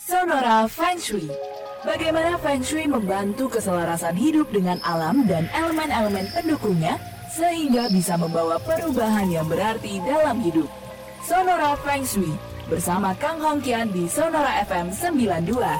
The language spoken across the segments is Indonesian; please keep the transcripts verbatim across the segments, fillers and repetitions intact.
Sonora Feng Shui. Bagaimana Feng Shui membantu keselarasan hidup dengan alam dan elemen-elemen pendukungnya sehingga bisa membawa perubahan yang berarti dalam hidup. Sonora Feng Shui bersama Kang Hongkian di Sonora F M sembilan puluh dua.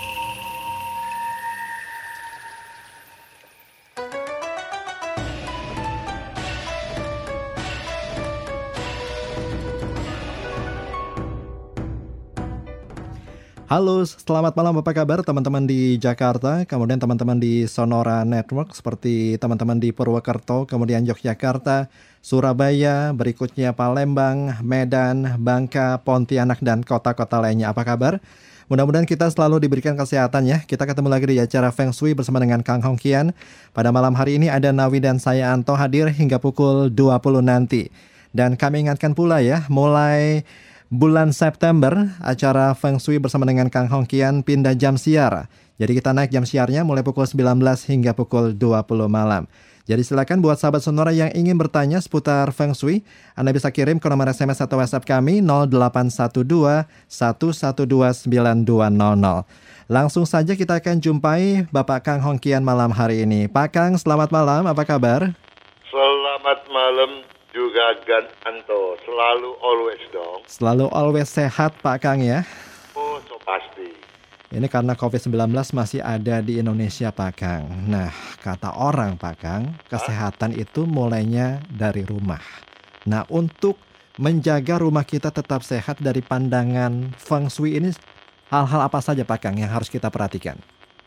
Halo, selamat malam, apa kabar teman-teman di Jakarta, kemudian teman-teman di Sonora Network seperti teman-teman di Purwokerto, kemudian Yogyakarta, Surabaya, berikutnya Palembang, Medan, Bangka, Pontianak, dan kota-kota lainnya. Apa kabar? Mudah-mudahan kita selalu diberikan kesehatan ya. Kita ketemu lagi di acara Feng Shui bersama dengan Kang Hongkian. Pada malam hari ini ada Nawi dan saya Anto hadir hingga pukul dua puluh nanti. Dan kami ingatkan pula ya, mulai bulan September, acara Feng Shui bersama dengan Kang Hongkian pindah jam siar. Jadi kita naik jam siarnya mulai pukul sembilan belas hingga pukul dua puluh malam. Jadi silakan buat sahabat Sonora yang ingin bertanya seputar Feng Shui, Anda bisa kirim ke nomor S M S atau WhatsApp kami nol delapan satu dua satu satu dua sembilan dua nol nol. Langsung saja kita akan jumpai Bapak Kang Hongkian malam hari ini. Pak Kang, selamat malam, apa kabar? Selamat malam juga Gan Anto, selalu always dong. Selalu always sehat Pak Kang ya. Oh, so pasti. Ini karena covid sembilan belas masih ada di Indonesia Pak Kang. Nah, kata orang Pak Kang, kesehatan Hah? itu mulainya dari rumah. Nah, untuk menjaga rumah kita tetap sehat dari pandangan Feng Shui ini, hal-hal apa saja Pak Kang yang harus kita perhatikan?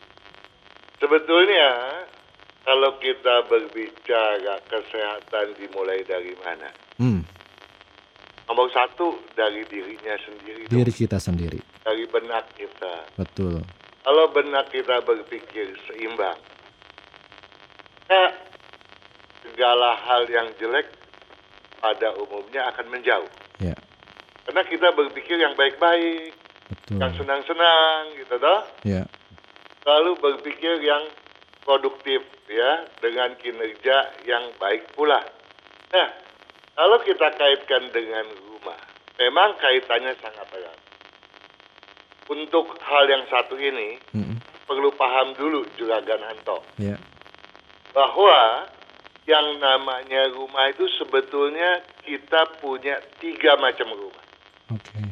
Sebetulnya kalau kita berbicara kesehatan dimulai dari mana? Hmm. Nomor satu dari dirinya sendiri. Diri dong. kita sendiri. Dari benak kita. Betul. Kalau benak kita berpikir seimbang, ya, segala hal yang jelek pada umumnya akan menjauh. Ya. Karena kita berpikir yang baik-baik, Betul. yang senang-senang, gitu toh. Ya. Lalu berpikir yang produktif ya, dengan kinerja yang baik pula. Nah, kalau kita kaitkan dengan rumah, memang kaitannya sangat erat. Untuk hal yang satu ini, mm-hmm. perlu paham dulu Juragan Anto, yeah. bahwa yang namanya rumah itu sebetulnya kita punya tiga macam rumah. Oke. Okay.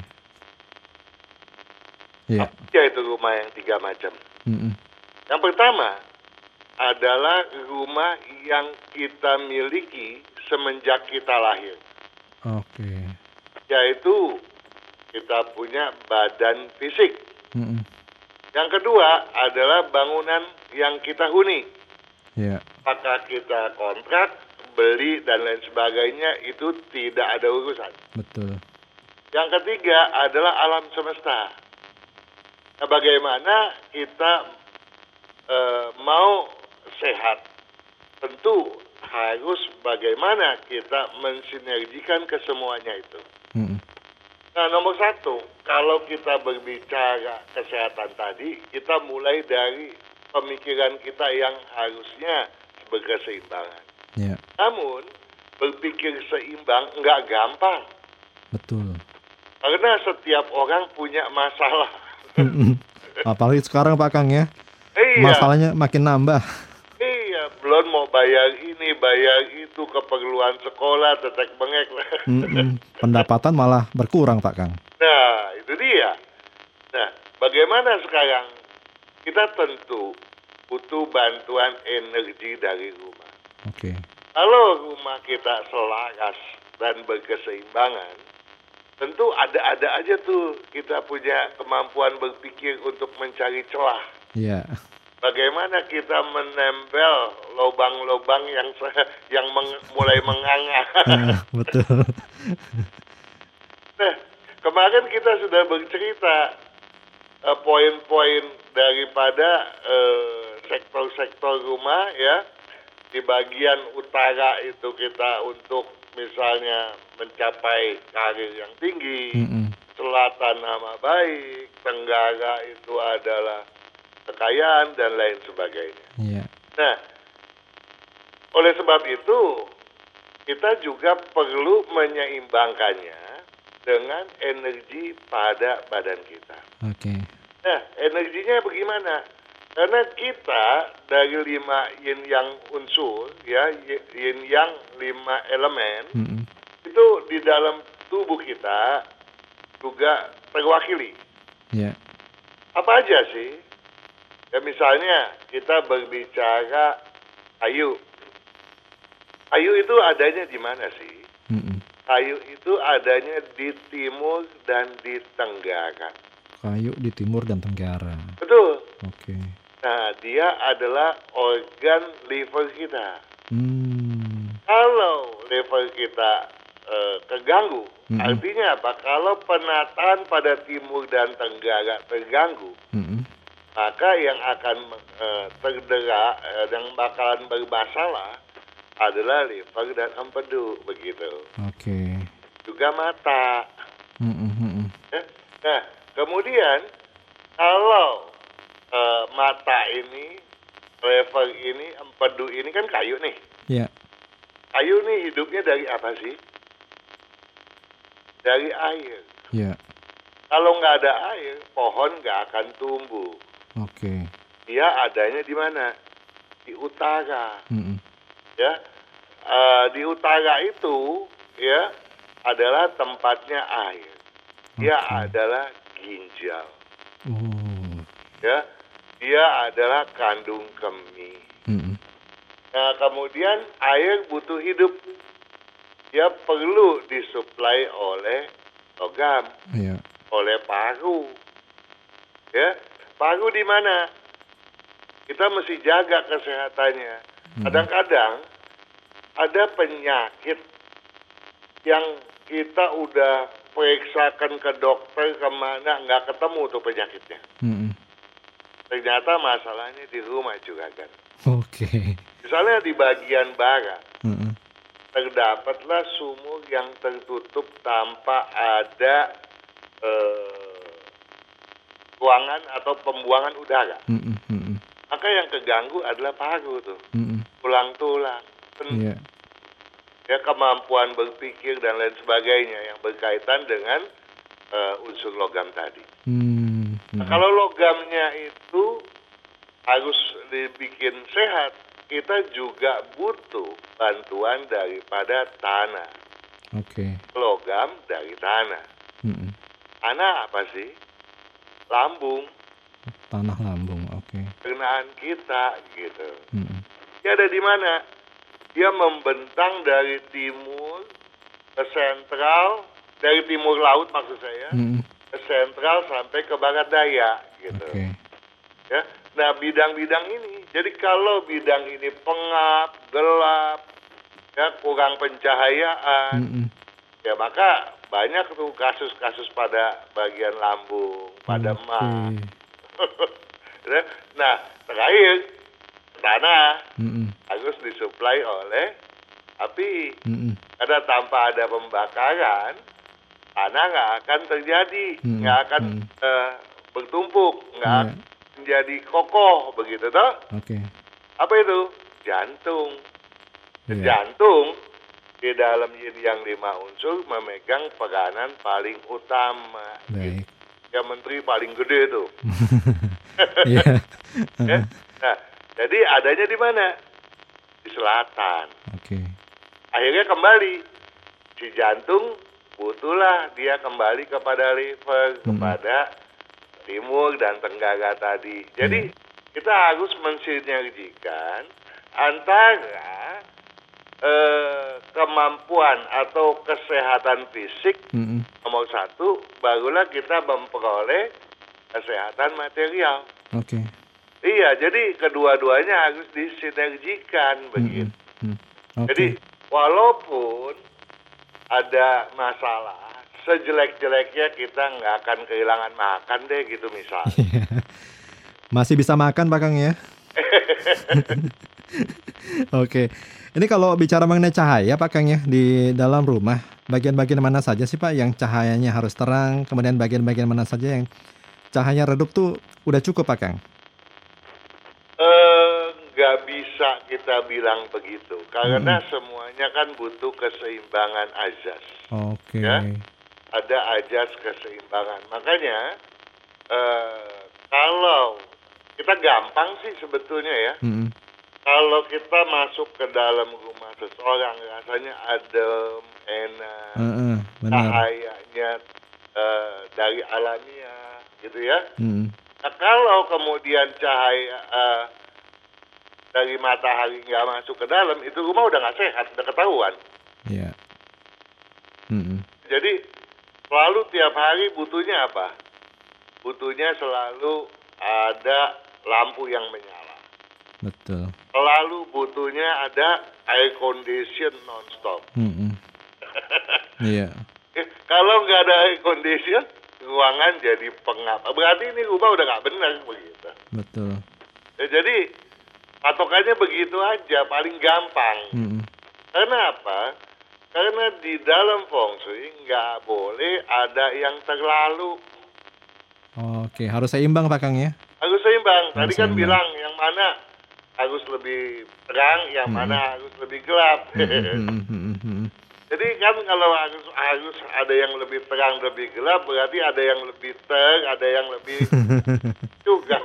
Yeah. Apa itu rumah yang tiga macam? Mm-hmm. Yang pertama adalah rumah yang kita miliki semenjak kita lahir. Oke. Okay. Yaitu kita punya badan fisik. Mm-mm. Yang kedua adalah bangunan yang kita huni. Yeah. Apakah kita kontrak, beli, dan lain sebagainya, itu tidak ada urusan. Betul. Yang ketiga adalah alam semesta. Nah, bagaimana kita uh, mau sehat, tentu harus bagaimana kita mensinergikan kesemuanya itu. Mm-hmm. Nah, nomor satu, kalau kita berbicara kesehatan tadi, kita mulai dari pemikiran kita yang harusnya berkeseimbangan. Yeah. Namun, berpikir seimbang nggak gampang. Betul. Karena setiap orang punya masalah. Mm-hmm. Apalagi sekarang Pak Kang ya, iya. Masalahnya makin nambah. Iya, belum mau bayar ini, bayar itu, keperluan sekolah, tetek bengek. Pendapatan malah berkurang, Pak Kang. Nah, itu dia. Nah, bagaimana sekarang? Kita tentu butuh bantuan energi dari rumah. Oke. Okay. Kalau rumah kita selaras dan berkeseimbangan, tentu ada-ada aja tuh kita punya kemampuan berpikir untuk mencari celah. Iya. Yeah. Bagaimana kita menempel lubang-lubang yang yang meng, mulai menganga. Uh, betul. Nah, kemarin kita sudah bercerita uh, poin-poin daripada uh, sektor-sektor rumah ya. Di bagian utara itu kita untuk misalnya mencapai karir yang tinggi, mm-hmm. selatan nama baik, tenggara itu adalah kekayaan dan lain sebagainya. Yeah. Nah, oleh sebab itu kita juga perlu menyeimbangkannya dengan energi pada badan kita. Oke. Okay. Nah, energinya bagaimana? Karena kita dari lima yin yang unsur, ya, yin yang lima elemen, Mm-mm. itu di dalam tubuh kita juga terwakili. Ya. Apa aja sih? Ya misalnya kita berbicara kayu. Kayu itu adanya di mana sih? Mm-mm. Kayu itu adanya di timur dan di tenggara. Kayu di timur dan tenggara. Betul. Oke. Nah, dia adalah organ liver kita. Hmm. Kalau liver kita eh, keganggu, Mm-mm. artinya apa? Kalau penataan pada timur dan tenggara terganggu, Mm-mm. maka yang akan eh, terdera, eh, yang bakalan bermasalah adalah liver dan empedu, begitu. Oke. Juga mata. Mm-mm. Mm-mm. Ya. Nah, kemudian kalau eh, mata ini, liver ini, empedu ini kan kayu nih. Ya. Kayu nih hidupnya dari apa sih? Dari air. Ya. Kalau nggak ada air, pohon nggak akan tumbuh. Oke. Dia adanya di mana? Di utara. Mm-mm. Ya, Eh, di utara itu ya adalah tempatnya air. Dia Oke. adalah ginjal. Oh. Ya, dia adalah kandung kemih. Mm-mm. Nah, kemudian air butuh hidup. Dia perlu disuplai oleh logam, Ya. oleh paru. Ya, paru di mana? Kita mesti jaga kesehatannya. Kadang-kadang ada penyakit yang kita udah periksakan ke dokter kemana nggak ketemu tuh penyakitnya. Mm-mm. Ternyata masalahnya di rumah juga kan. Oke. Misalnya di bagian barat, Mm-mm. terdapatlah sumur yang tertutup tanpa ada eh, ruangan atau pembuangan udara. Mm-mm. Mm-mm. Maka yang keganggu adalah paru tuh, Mm-mm. tulang-tulang, pen- Iya. ya kemampuan berpikir dan lain sebagainya yang berkaitan dengan eh, unsur logam tadi. Hmm. Nah, Mm-mm. kalau logamnya itu harus dibikin sehat, kita juga butuh bantuan daripada tanah. Oke. Logam dari tanah. Mm-mm. Tanah apa sih? Lambung, Tanah lambung. Oke. pencernaan kita gitu. Mm-mm. Dia ada di mana? Dia membentang dari timur ke sentral, dari timur laut maksud saya, Mm-mm. ke sentral sampai ke barat daya gitu. Oke. Ya. Nah, bidang-bidang ini. Jadi kalau bidang ini pengap, gelap, ya kurang pencahayaan, Mm-mm. ya maka banyak tuh kasus-kasus pada bagian lambung, pada Oke. mah. Nah, terakhir tanah Mm-mm. harus disuplai oleh api. Mm-mm. Karena tanpa ada pembakaran, tanah nggak akan terjadi, Mm-mm. nggak akan Mm-mm. eh, bertumpuk, nggak Iya. akan menjadi kokoh, begitu toh? Oke. Apa itu? Jantung. Iya. Jantung di dalam yin yang lima unsur memegang peranan paling utama. Baik. Ya menteri paling gede tuh. Iya. Ya. Nah, jadi adanya di mana? Di selatan. Oke. Akhirnya kembali si jantung butuhlah dia kembali kepada liver, Hmm. kepada timur dan tenggara tadi. Jadi kita harus mensinergikan antara eh, kemampuan atau kesehatan fisik Mm-mm. nomor satu, barulah kita memperoleh kesehatan material. Oke. Iya, jadi kedua-duanya harus disinergikan begitu. Mm-mm. Mm. Oke. Jadi walaupun ada masalah, sejelek-jeleknya kita nggak akan kehilangan makan deh gitu misalnya. Masih bisa makan Pak Kang ya? Oke. Ini kalau bicara mengenai cahaya Pak Kang ya di dalam rumah, bagian-bagian mana saja sih Pak yang cahayanya harus terang, kemudian bagian-bagian mana saja yang cahaya redup tuh udah cukup Pak Kang? Eh, nggak bisa kita bilang begitu, karena semuanya kan butuh keseimbangan azas. Oke. Ya. Ada ajas keseimbangan. Makanya eh, kita gampang sih sebetulnya ya. Mm-mm. Kalau kita masuk ke dalam rumah seseorang, rasanya adem, enak, Uh-uh, benar. cahayanya uh, dari alamiah, gitu ya. Mm-mm. Nah, kalau kemudian cahaya uh, dari matahari nggak masuk ke dalam, itu rumah udah nggak sehat, udah ketahuan. Iya. Mm-mm. Jadi selalu tiap hari butuhnya apa? Butuhnya selalu ada lampu yang menyala. Betul. Selalu butuhnya ada air condition non-stop. Mm-mm. Iya. Eh, kalau nggak ada air condition, ruangan jadi pengap. Berarti ini rumah udah nggak benar begitu. Betul. Ya, jadi patokannya begitu aja, paling gampang. Mm-mm. Karena apa? Karena di dalam feng shui nggak boleh ada yang terlalu. Oke, harus seimbang Pak Kang ya? Harus seimbang. Tadi Harus kan seimbang. bilang yang mana harus lebih terang, yang Mm-mm. mana harus lebih gelap. Mm-mm, mm-mm, mm-mm. Jadi kan kalau harus harus ada yang lebih terang, lebih gelap, berarti ada yang lebih ter, ada yang lebih juga.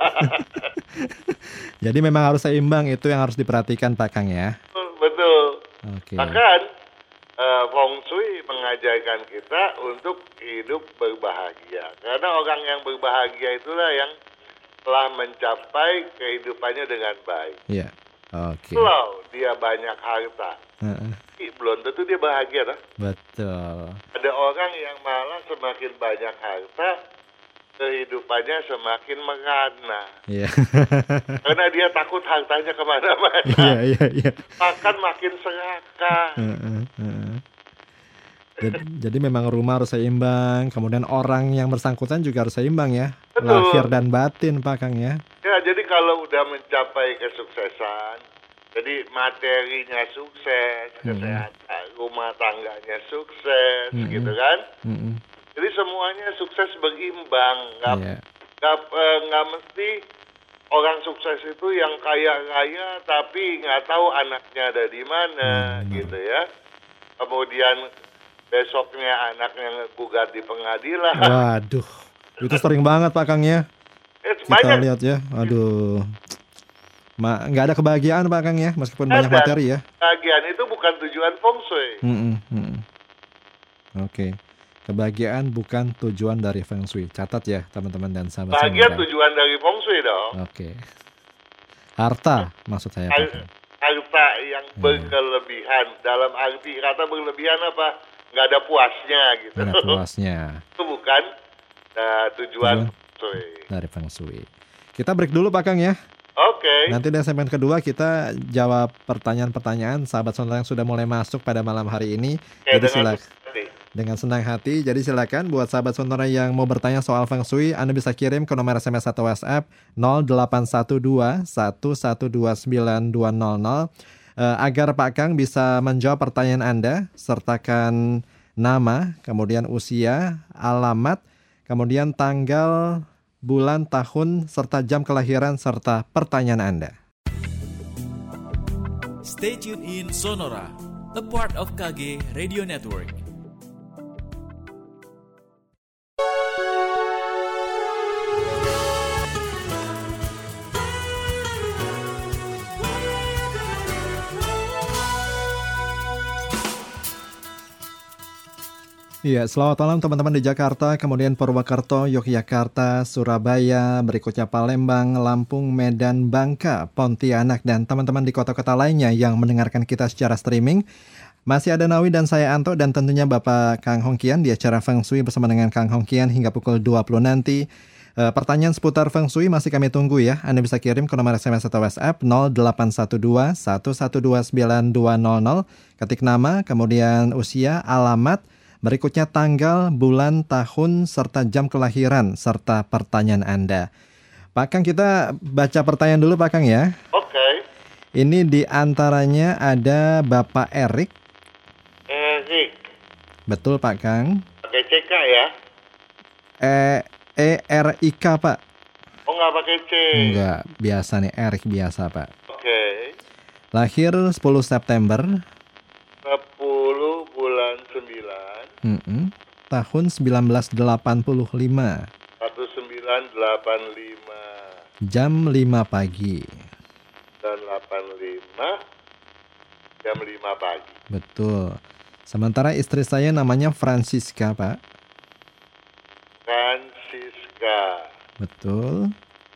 Jadi memang harus seimbang, itu yang harus diperhatikan Pak Kang ya? Betul. Oke. Bahkan uh, feng shui mengajarkan kita untuk hidup berbahagia. Karena orang yang berbahagia itulah yang telah mencapai kehidupannya dengan baik. Iya. Oke. Kalau dia banyak harta, Uh-uh. belum tentu dia bahagia, lah. Betul. Ada orang yang malah semakin banyak harta, kehidupannya semakin merana. Iya. Karena dia takut hartanya kemana-mana. Iya, iya, iya. Makan makin serakah. Uh-uh, uh-uh. Jadi, jadi memang rumah harus seimbang, kemudian orang yang bersangkutan juga harus seimbang ya. Betul. Lahir dan batin Pak Kang ya. Ya, jadi kalau udah mencapai kesuksesan, jadi materinya sukses, Hmm. kesehatan rumah tangganya sukses, Hmm. gitu kan? Mm-mm. Jadi semuanya sukses berimbang, nggak Iya. nggak eh, nggak mesti orang sukses itu yang kaya raya tapi nggak tahu anaknya ada di mana, Hmm. gitu ya. Kemudian besoknya anaknya gugat di pengadilan. Waduh, itu sering banget Pak Kang ya. Eh, Kita banyak. lihat ya, aduh. Ma, nggak ada kebahagiaan Pak Kang ya, meskipun banyak Ada. materi ya. Bagian itu bukan tujuan feng shui. Mm-mm, mm-mm. Oke, kebahagiaan bukan tujuan dari Feng Shui. Catat ya teman-teman dan sahabat Bagian semua. tujuan dari feng shui dong. Oke. Harta maksud saya Pak Kang. Harta yang Iya. berkelebihan. Dalam arti kata berlebihan apa? Nggak ada puasnya gitu. Ada puasnya Itu bukan uh, tujuan Tujuan. feng shui. dari Feng Shui. Kita break dulu Pak Kang ya. Oke. Nanti di segmen kedua kita jawab pertanyaan-pertanyaan sahabat sonora yang sudah mulai masuk pada malam hari ini. Oke, Jadi dengan silakan. hati. Dengan senang hati, jadi silakan buat sahabat sonora yang mau bertanya soal Feng Shui, Anda bisa kirim ke nomor S M S atau WhatsApp nol delapan satu dua satu satu dua sembilan dua nol nol eh, agar Pak Kang bisa menjawab pertanyaan Anda, sertakan nama, kemudian usia, alamat, kemudian tanggal, bulan, tahun, serta jam kelahiran, serta pertanyaan Anda. Stay tuned in Sonora, a part of K G Radio Network. Iya, selamat malam teman-teman di Jakarta, kemudian Purwokerto, Yogyakarta, Surabaya, berikutnya Palembang, Lampung, Medan, Bangka, Pontianak, dan teman-teman di kota-kota lainnya yang mendengarkan kita secara streaming. Masih ada Nawi dan saya Anto dan tentunya Bapak Kang Hongkian di acara Feng Shui bersama dengan Kang Hongkian hingga pukul dua puluh nanti. E, pertanyaan seputar Feng Shui masih kami tunggu ya. Anda bisa kirim ke nomor S M S atau WhatsApp nol delapan satu dua satu satu dua sembilan dua nol nol. Ketik nama, kemudian usia, alamat, berikutnya tanggal, bulan, tahun, serta jam kelahiran, serta pertanyaan Anda. Pak Kang, kita baca pertanyaan dulu Pak Kang ya. Oke. Ini di antaranya ada Bapak Erik. Erik. Betul Pak Kang. Pakai C K ya? E E R I K Pak. Oh, nggak pakai C. Enggak, biasa nih Erik biasa Pak. Oke. Lahir sepuluh September. sepuluh bulan sembilan. Mm-mm. Tahun seribu sembilan ratus delapan puluh lima. seribu sembilan sembilan delapan lima. Jam lima pagi. Dan delapan lima jam lima pagi. Betul. Sementara istri saya namanya Francisca, Pak. Francisca. Betul.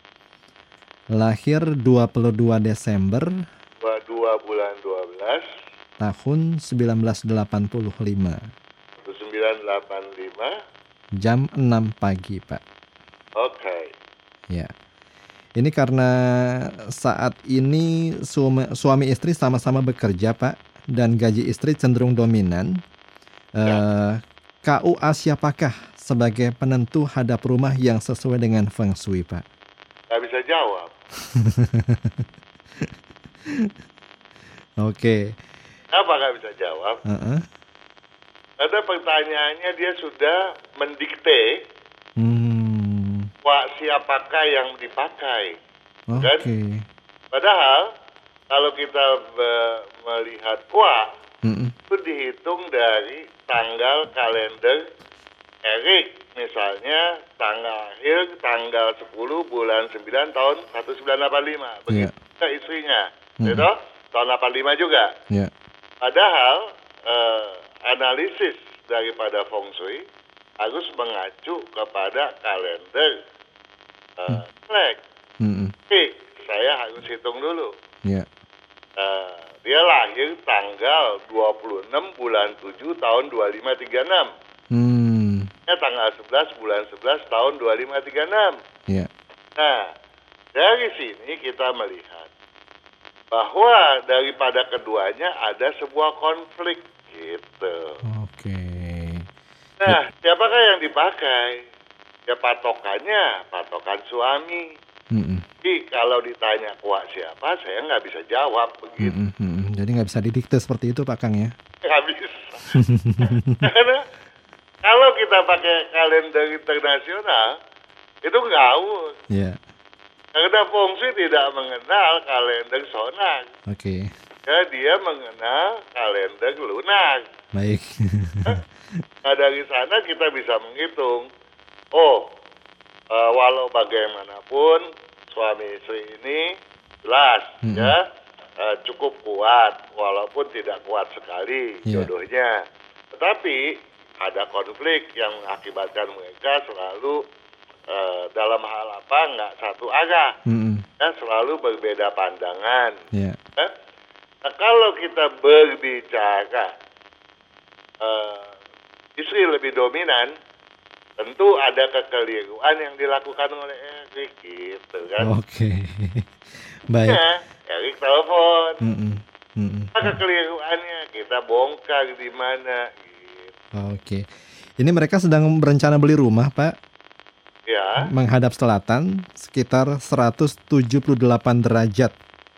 Lahir dua puluh dua Desember dua puluh dua bulan dua belas tahun seribu sembilan ratus delapan puluh lima. seribu sembilan ratus delapan puluh lima. Jam enam pagi, Pak. Oke. Ya. Ini karena saat ini suami, suami istri sama-sama bekerja, Pak, dan gaji istri cenderung dominan. Ya. Eh, K U A siapakah sebagai penentu hadap rumah yang sesuai dengan Feng Shui, Pak? Gak bisa jawab. Oke. Kenapa gak bisa jawab? Uh-uh. Ada pertanyaannya dia sudah mendikte Hmm. wah siapakah yang dipakai. Oke. Kan? Padahal kalau kita be- melihat kuah Mm-mm. itu dihitung dari tanggal kalender Erik. Misalnya tanggal akhir tanggal sepuluh bulan sembilan tahun seribu sembilan ratus delapan puluh lima. Begitu Iya. juga istrinya. Mm-mm. Gitu? Tahun delapan puluh lima juga. Ya. Padahal eh, analisis daripada Feng Shui harus mengacu kepada kalender eh, Black. Mm-mm. Oke, saya harus hitung dulu. Ya. Eh, dia lahir tanggal dua puluh enam bulan tujuh tahun dua lima tiga enam. Hmm. Ya, tanggal sebelas bulan sebelas tahun dua lima tiga enam. Ya. Nah, dari sini kita melihat bahwa daripada keduanya ada sebuah konflik gitu. Oke. Nah, siapakah yang dipakai? Ya patokannya, patokan suami. Mm-mm. Jadi kalau ditanya kuat siapa, saya nggak bisa jawab begitu. Mm-mm. Mm-mm. Jadi nggak bisa didikte seperti itu, Pak Kang, ya? Nggak bisa. Karena kalau kita pakai kalender internasional, itu ngawur. Ya. Karena Feng Shui tidak mengenal kalender sonar. Oke. Ya, dia mengenal kalender lunar. Baik. Nah, dari sana kita bisa menghitung, oh, uh, walau bagaimanapun suami istri ini jelas Mm-mm. ya uh, cukup kuat, walaupun tidak kuat sekali Iya. jodohnya. Tetapi ada konflik yang mengakibatkan mereka selalu uh, dalam hal apa nggak satu arah, Mm-mm. ya, selalu berbeda pandangan. Ya. Ya. Nah, kalau kita berbicara uh, istri lebih dominan, tentu ada kekeliruan yang dilakukan oleh Erik gitu kan. Oke. Baik. Ya, Erik telepon. Mm-mm. Mm-mm. Apa kekeliruannya? Kita bongkar di mana gitu. Oke. Ini mereka sedang berencana beli rumah, Pak, Ya, menghadap selatan sekitar seratus tujuh puluh delapan derajat.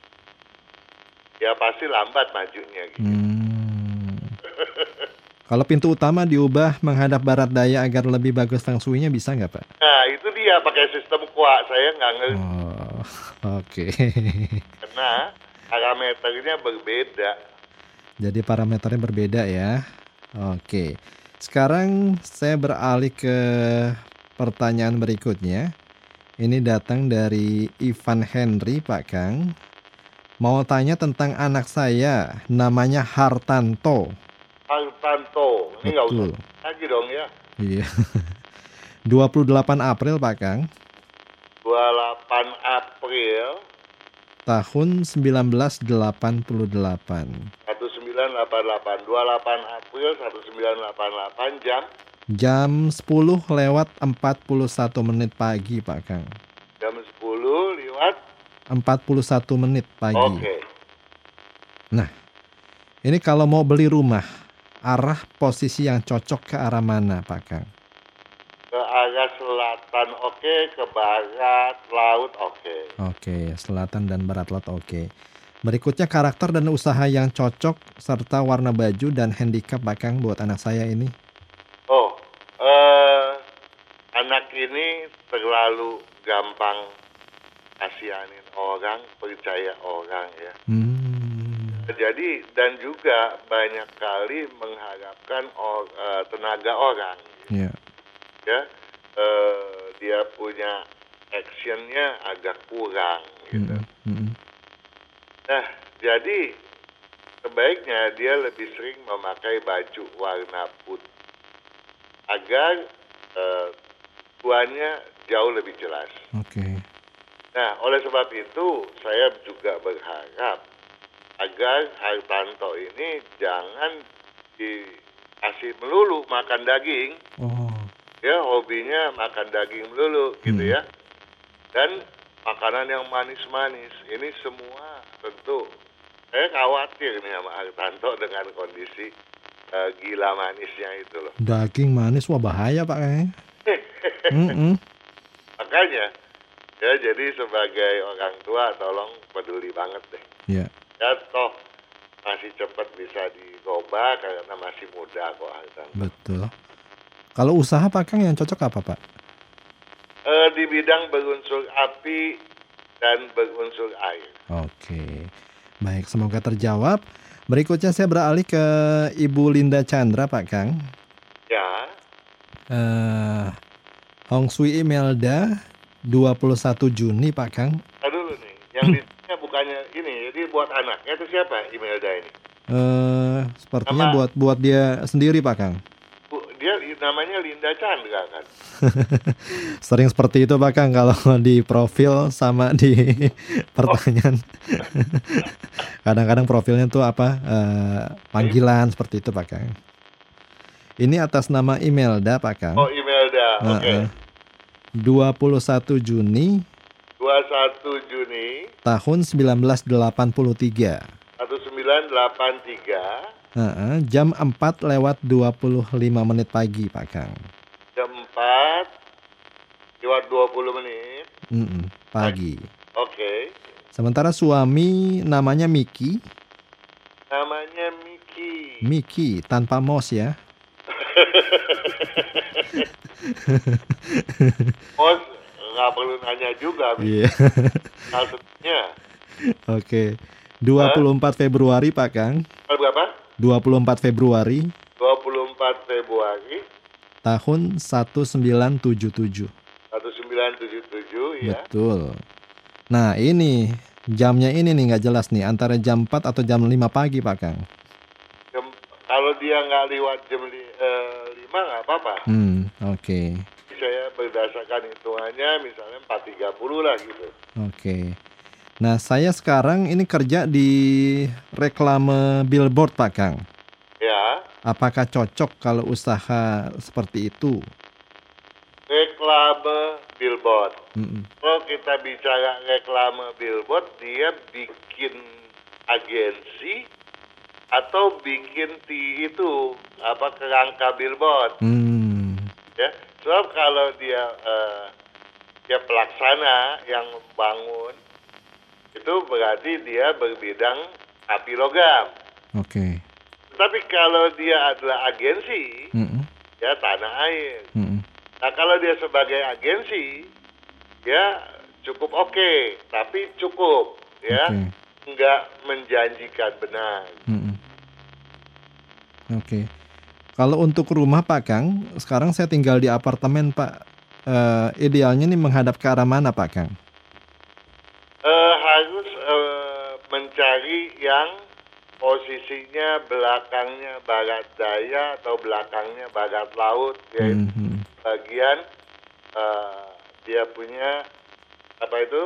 ya pasti lambat majunya gitu. Hmm. Kalau pintu utama diubah menghadap barat daya agar lebih bagus feng shui-nya bisa nggak, Pak? Nah, itu dia pakai sistem kuat. Saya nggak ngerti Oh, oke. karena parameternya berbeda. Jadi parameternya berbeda ya. Oke. Sekarang saya beralih ke pertanyaan berikutnya. Ini datang dari Ivan Henry, Pak Kang. Mau tanya tentang anak saya, namanya Hartanto. Hartanto, ini nggak usah Betul. lagi dong ya. Iya. dua puluh delapan April, Pak Kang, dua puluh delapan April tahun seribu sembilan ratus delapan puluh delapan. seribu sembilan ratus delapan puluh delapan. dua puluh delapan April seribu sembilan ratus delapan puluh delapan jam Jam sepuluh lewat empat puluh satu menit pagi, Pak Kang. jam sepuluh lewat. empat puluh satu menit pagi. Oke. Nah, ini kalau mau beli rumah, arah posisi yang cocok ke arah mana, Pak Kang? Ke arah selatan oke, ke barat laut oke. Oke, selatan dan barat laut oke. Berikutnya karakter dan usaha yang cocok serta warna baju dan handicap, Pak Kang, buat anak saya ini. Oh, eh, anak ini terlalu gampang kasihanin orang, percaya orang ya. Hmm. Jadi dan juga banyak kali mengharapkan or, eh, tenaga orang. Ya. Ya, eh, dia punya actionnya agak kurang gitu. Mm-mm. Nah, jadi sebaiknya dia lebih sering memakai baju warna putih agar uh, tuannya jauh lebih jelas. Oke. Okay. Nah, oleh sebab itu saya juga berharap agar Hartanto ini jangan dikasih melulu makan daging. Oh. Ya, hobinya makan daging melulu gitu Hmm. ya. Dan makanan yang manis-manis ini semua tentu saya khawatir nih sama Hartanto dengan kondisi uh, gila manisnya itu loh. Daging manis, wah bahaya Pak kayaknya. Mm-mm. Makanya ya, jadi sebagai orang tua tolong peduli banget deh. Iya. Ya toh masih cepat bisa dicoba karena masih muda kok Hartanto. Betul. Kalau usaha Pak Kang yang cocok apa Pak? E, di bidang berunsur api dan berunsur air. Oke. Baik, semoga terjawab. Berikutnya saya beralih ke Ibu Linda Chandra Pak Kang. Ya. Uh, Hong Sui Imelda dua puluh satu Juni Pak Kang. Nah dulu nih, yang di sini bukannya ini, jadi buat anaknya itu siapa Imelda ini? Uh, sepertinya Nama, buat buat dia sendiri Pak Kang. Bu, dia namanya Linda Chandra kan? Sering seperti itu Pak Kang kalau di profil sama di pertanyaan. Kadang-kadang profilnya tuh apa uh, panggilan seperti itu Pak Kang. Ini atas nama Imelda Pak Kang. Oh Imelda, oke. Okay. Uh-uh. dua puluh satu Juni dua puluh satu Juni tahun seribu sembilan ratus delapan puluh tiga. seribu sembilan ratus delapan puluh tiga. Uh-uh. Jam empat lewat dua puluh lima menit pagi Pak Kang. Jam empat lewat dua puluh menit Mm-mm, pagi. Oke. Okay. Sementara suami namanya Miki. Namanya Miki. Miki tanpa mos ya. Mos nggak perlu nanya juga. Iya. Maksudnya. Oke. dua puluh empat Februari Pak Kang. Berapa? dua puluh empat Februari. dua puluh empat Februari. Tahun seribu sembilan ratus tujuh puluh tujuh. seribu sembilan ratus tujuh puluh tujuh ya. Betul. Nah ini jamnya ini nih nggak jelas nih antara jam empat atau jam lima pagi Pak Kang. Jam, kalau dia nggak lewat jam li, uh, lima nggak apa-apa. Hmm, oke. Okay. Saya berdasarkan hitungannya misalnya empat tiga puluh lah gitu. Oke. Okay. Nah saya sekarang ini kerja di reklame billboard Pak Kang. Ya. Apakah cocok kalau usaha seperti itu? Reklame billboard. Mm-mm. Kalau kita bicara reklame billboard, dia bikin agensi atau bikin ti itu apa kerangka billboard. Hmm. Ya, sebab kalau dia uh, dia pelaksana yang membangun itu berarti dia berbidang api logam. Oke. Okay. Tapi kalau dia adalah agensi, Mm-mm. ya tanah air. Mm-mm. Nah kalau dia sebagai agensi, ya cukup oke, okay, tapi cukup, ya, okay. Nggak menjanjikan benar. Mm-mm. Oke. Okay. Kalau untuk rumah Pak Kang, sekarang saya tinggal di apartemen Pak. Uh, idealnya nih menghadap ke arah mana Pak Kang? Uh, harus uh, mencari yang posisinya belakangnya barat daya atau belakangnya barat laut, yaitu mm-hmm. bagian uh, dia punya apa itu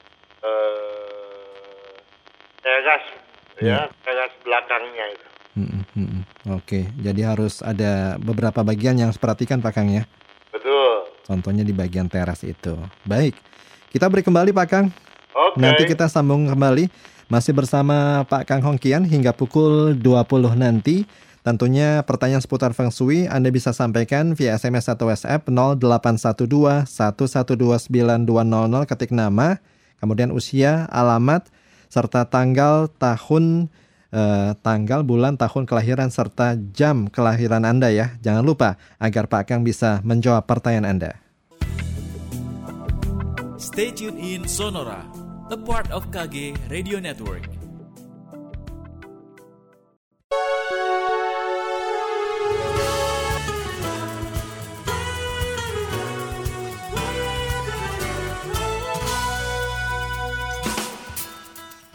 uh, teras, yeah. ya teras belakangnya itu. Mm-hmm. Oke, jadi harus ada beberapa bagian yang harus perhatikan Pak Kang ya. Betul. Contohnya di bagian teras itu. Baik, kita beri kembali Pak Kang. Oke. Nanti kita sambung kembali. Masih bersama Pak Kang Hongkian hingga pukul dua puluh nanti. Tentunya pertanyaan seputar Feng Shui Anda bisa sampaikan via S M S atau WhatsApp nol delapan satu dua satu satu dua sembilan dua nol nol, ketik nama, kemudian usia, alamat, serta tanggal, tahun, eh, tanggal, bulan, tahun kelahiran, serta jam kelahiran Anda ya. Jangan lupa agar Pak Kang bisa menjawab pertanyaan Anda. Stay tuned in Sonora, a part of K G Radio Network.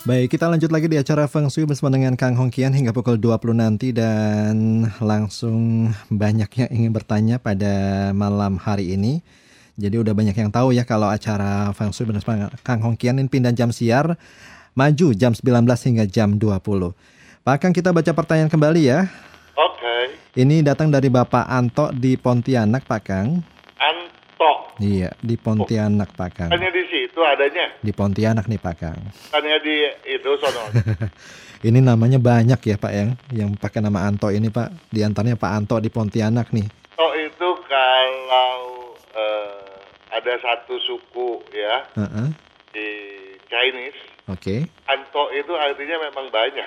Baik, kita lanjut lagi di acara Feng Shui bersama dengan Kang Hongkian hingga pukul dua puluh nanti, dan langsung banyak yang ingin bertanya pada malam hari ini. Jadi udah banyak yang tahu ya kalau acara Feng Shui bersama Kang Hongkian ini pindah jam siar, maju jam sembilan belas hingga jam dua puluh. Pak Kang, kita baca pertanyaan kembali ya. Oke. Ini datang dari Bapak Anto di Pontianak, Pak Kang. Anto. Iya, di Pontianak, Pak Kang. Hanya di situ adanya. Di Pontianak nih, Pak Kang. Hanya di itu sono. Ini namanya banyak ya, Pak, yang yang pakai nama Anto ini, Pak. Di antaranya Pak Anto di Pontianak nih. Oh, itu kalau eh, ada satu suku ya Uh-uh. di Chinese. Oke. Anto itu artinya memang banyak.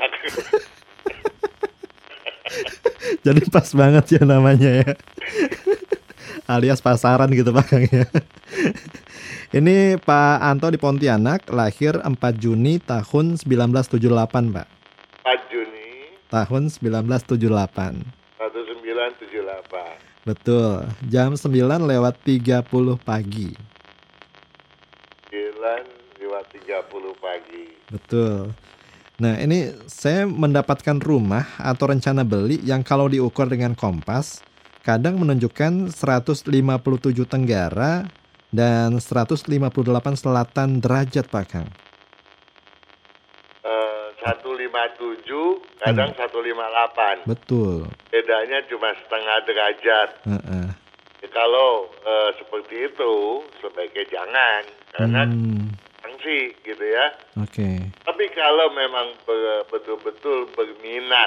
Jadi pas banget ya namanya ya. Alias pasaran gitu, Pak Kang ya. Ini Pak Anto di Pontianak, lahir empat Juni tahun sembilan belas tujuh puluh delapan, Pak. empat Juni Tahun sembilan belas tujuh puluh delapan. seribu sembilan ratus tujuh puluh delapan. Betul. Jam sembilan lewat tiga puluh pagi. sembilan lewat tiga puluh pagi. Betul. Nah, ini saya mendapatkan rumah atau rencana beli yang kalau diukur dengan kompas kadang menunjukkan seratus lima puluh tujuh tenggara dan seratus lima puluh delapan selatan derajat, Pak Kang. Eh, seratus lima puluh tujuh, kadang Hmm. seratus lima puluh delapan. Betul. Bedanya cuma setengah derajat. Heeh. Ya, kalau eh, seperti itu sebaiknya jangan, karena Hmm. sanksi gitu ya. Oke. Tapi kalau memang be- betul-betul berminat,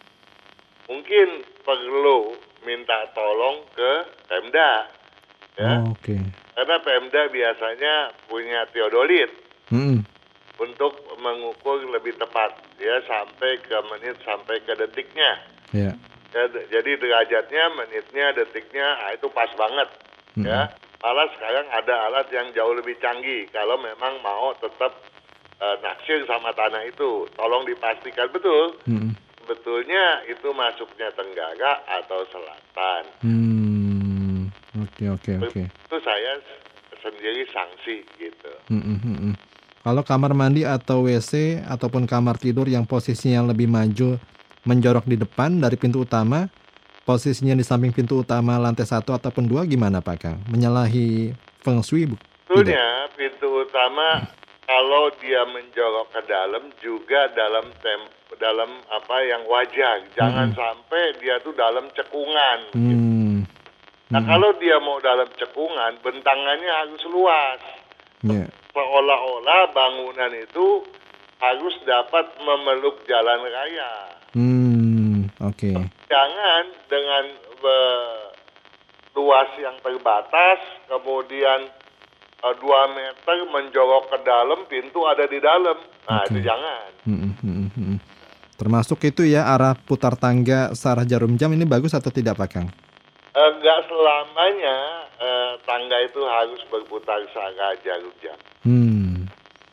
mungkin perlu minta tolong ke Pemda, ya. Oh, oke. Karena Pemda biasanya punya teodolit Mm-mm. untuk mengukur lebih tepat, ya, sampai ke menit, sampai ke detiknya. Ya. Ya, d- jadi derajatnya, menitnya, detiknya, ah, itu pas banget, Mm-mm. ya. Malah sekarang ada alat yang jauh lebih canggih. Kalau memang mau tetap eh, naksir sama tanah itu, tolong dipastikan betul. Mm-mm. Sebetulnya itu masuknya tenggara atau selatan. Hmm. Oke, oke, oke. Itu saya sendiri sanksi gitu. Mm-mm, mm-mm. Kalau kamar mandi atau W C ataupun kamar tidur yang posisinya lebih maju menjorok di depan dari pintu utama, posisinya di samping pintu utama lantai satu ataupun dua, gimana, Pak Kang? Menyalahi Feng Shui? bu- Tidak. Sebetulnya pintu utama kalau dia menjorok ke dalam juga dalam tem dalam apa yang wajar. Jangan Mm-mm. sampai dia tuh dalam cekungan. Hmm. Nah, Mm-mm. kalau dia mau dalam cekungan, bentangannya harus luas. Ya. Seolah-olah bangunan itu harus dapat memeluk jalan raya. Hmm. Oke. Jangan dengan eh, luas yang terbatas, kemudian eh, dua meter menjorok ke dalam, pintu ada di dalam. Nah, Oke. itu jangan. Mm-mm, mm-mm, mm-mm. Termasuk itu ya, arah putar tangga searah jarum jam ini bagus atau tidak, Pak Kang? Enggak selamanya eh, tangga itu harus berputar searah jarum jam. Hmm.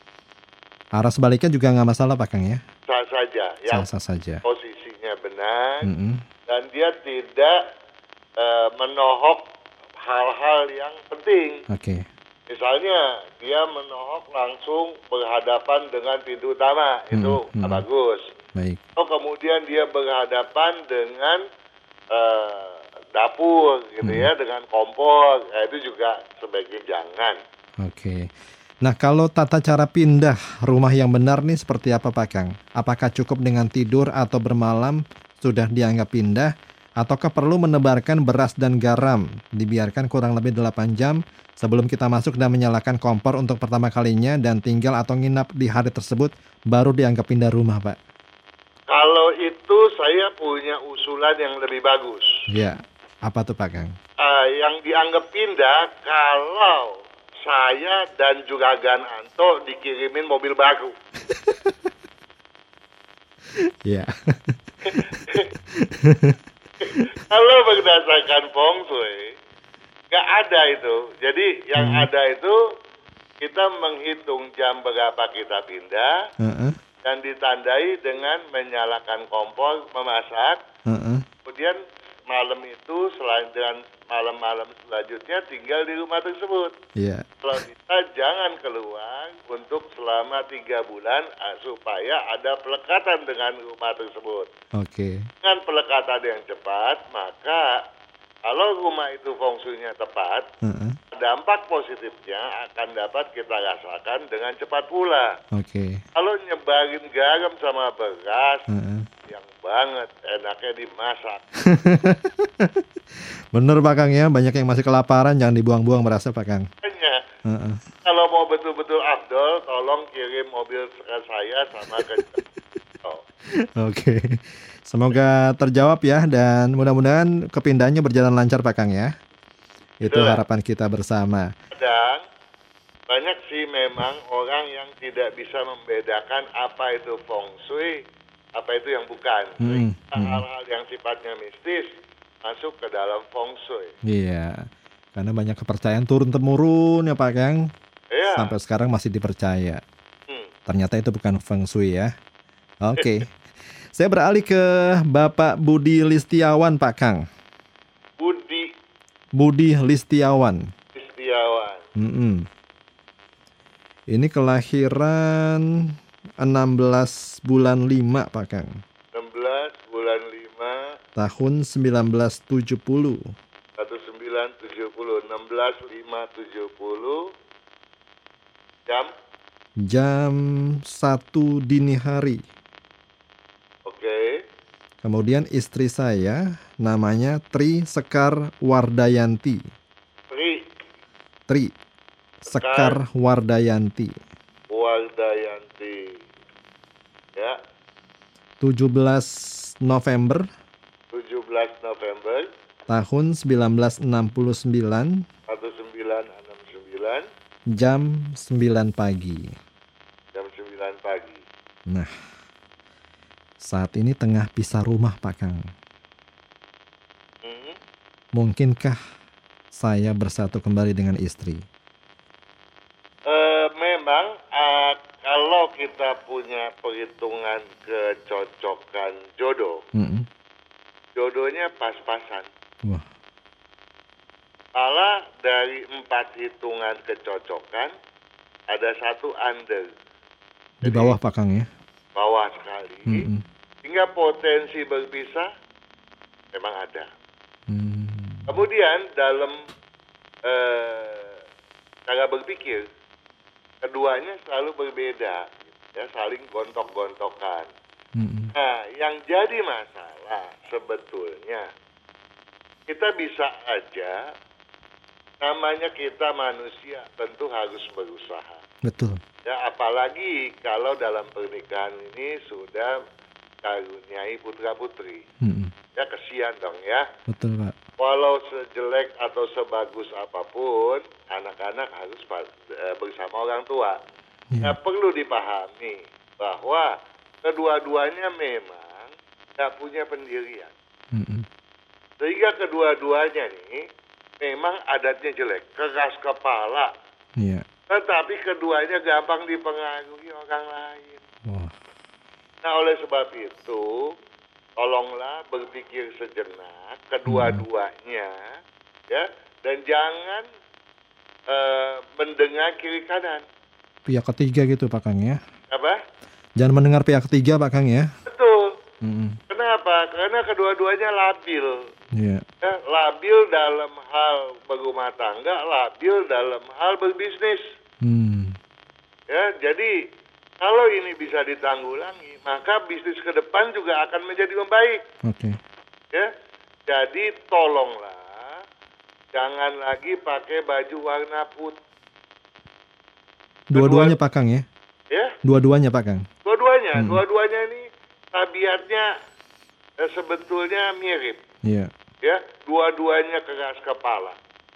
Arah sebaliknya juga nggak masalah, Pak Kang ya? Sah saja, yang Sah-sah saja. posisinya benar, Mm-mm. dan dia tidak eh, menohok hal-hal yang penting. Oke. Misalnya dia menohok langsung berhadapan dengan pintu utama, Hmm, itu hmm. bagus. Baik. Oh, kemudian dia berhadapan dengan eh, dapur, gitu Hmm. ya, dengan kompor, nah, itu juga sebaiknya jangan. Oke. Nah, kalau tata cara pindah rumah yang benar nih seperti apa, Pak Kang? Apakah cukup dengan tidur atau bermalam sudah dianggap pindah? Ataukah perlu menebarkan beras dan garam, dibiarkan kurang lebih delapan jam sebelum kita masuk dan menyalakan kompor untuk pertama kalinya dan tinggal atau nginap di hari tersebut baru dianggap pindah rumah, Pak? Kalau itu saya punya usulan yang lebih bagus. Ya, apa tuh, Pak Kang? Ah, yang dianggap pindah kalau saya dan Juragan Anto dikirimin mobil baru. Ya. Kalau berdasarkan feng shui, nggak ada itu. Jadi yang Hmm. ada itu kita menghitung jam berapa kita pindah Heeh, dan ditandai dengan menyalakan kompor, memasak, heeh. kemudian malam itu selain dengan malam-malam selanjutnya tinggal di rumah tersebut. Iya. Kalau bisa jangan keluar untuk selama tiga bulan ah, supaya ada pelekatan dengan rumah tersebut. Oke. Dengan pelekatan yang cepat, maka kalau rumah itu fungsinya tepat, Heeh. dampak positifnya akan dapat kita rasakan dengan cepat pula. Oke. Kalau nyebarin garam sama beras, Heeh. yang banget enaknya dimasak. Bener Pak Kang ya, banyak yang masih kelaparan, jangan dibuang-buang berasa Pak Kang. Hanya Heeh. kalau mau betul-betul afdol, tolong kirim mobil ke saya sama ke oh. Oke. Semoga terjawab ya, dan mudah-mudahan kepindahannya berjalan lancar Pak Kang ya. Itu Itulah. harapan kita bersama. Kadang banyak sih memang orang yang tidak bisa membedakan apa itu feng shui, apa itu yang bukan. Hmm, Sehingga hmm. hal-hal yang sifatnya mistis masuk ke dalam feng shui. Iya. Karena banyak kepercayaan turun-temurun ya Pak Kang. Ya. Sampai sekarang masih dipercaya. Hmm. Ternyata itu bukan feng shui ya. Oke. Saya beralih ke Bapak Budi Listiawan Pak Kang. Budi Budi Listiawan. Setiawan. Mm-mm. Ini kelahiran enam belas bulan lima Pak Kang. enam belas bulan lima Tahun sembilan belas tujuh puluh. sembilan belas tujuh puluh enam belas lima tujuh puluh jam. Jam satu dini hari. Oke. Kemudian istri saya namanya Tri Sekar Wardayanti. Tri Tri Sekar Wardayanti. Wardayanti. Ya, tujuh belas November tujuh belas November tahun sembilan belas enam puluh sembilan, sembilan belas enam puluh sembilan jam sembilan pagi. jam sembilan pagi. Nah, saat ini tengah pisah rumah Pak Kang. Hmm. Mungkinkah saya bersatu kembali dengan istri? Eh, memang eh, kalau kita punya perhitungan kecocokan jodoh, Mm-mm. jodohnya pas-pasan. Wah, Malah dari empat hitungan kecocokan ada satu under di bawah Pak Kang ya. bawah sekali, Mm-mm. hingga potensi berpisah memang ada. Hmm. Kemudian dalam eh, cara berpikir keduanya selalu berbeda, ya saling gontok-gontokan. Mm-mm. Nah, yang jadi masalah sebetulnya kita bisa aja, namanya kita manusia tentu harus berusaha. Betul. Ya, apalagi kalau dalam pernikahan ini sudah karuniai putra putri. Mm-mm. Ya kesian dong ya. Betul Pak. Walau sejelek atau sebagus apapun, anak-anak harus eh, bersama orang tua. Ya. Nah, perlu dipahami bahwa kedua-duanya memang nggak punya pendirian. Mm-mm. Sehingga kedua-duanya nih memang adatnya jelek, keras kepala. Iya. Tetapi keduanya gampang dipengaruhi orang lain. Wah. Nah, oleh sebab itu, tolonglah berpikir sejenak kedua-duanya, ya, dan jangan uh, mendengar kiri kanan. Pihak ketiga gitu Pak Kang ya. Apa? Jangan mendengar pihak ketiga Pak Kang ya. Betul. Mm-mm. Kenapa? Karena kedua-duanya labil. Iya. Ya, labil dalam hal berumah tangga, labil dalam hal berbisnis. Hmm. Ya, jadi kalau ini bisa ditanggulangi, maka bisnis ke depan juga akan menjadi membaik. Oke. Ya, jadi tolonglah jangan lagi pakai baju warna putih. Dua-duanya Pak Kang ya. Ya, Dua-duanya Pak Kang. dua-duanya, Hmm. dua-duanya ini tabiatnya eh, sebetulnya mirip. Iya. Ya, dua-duanya keras kepala.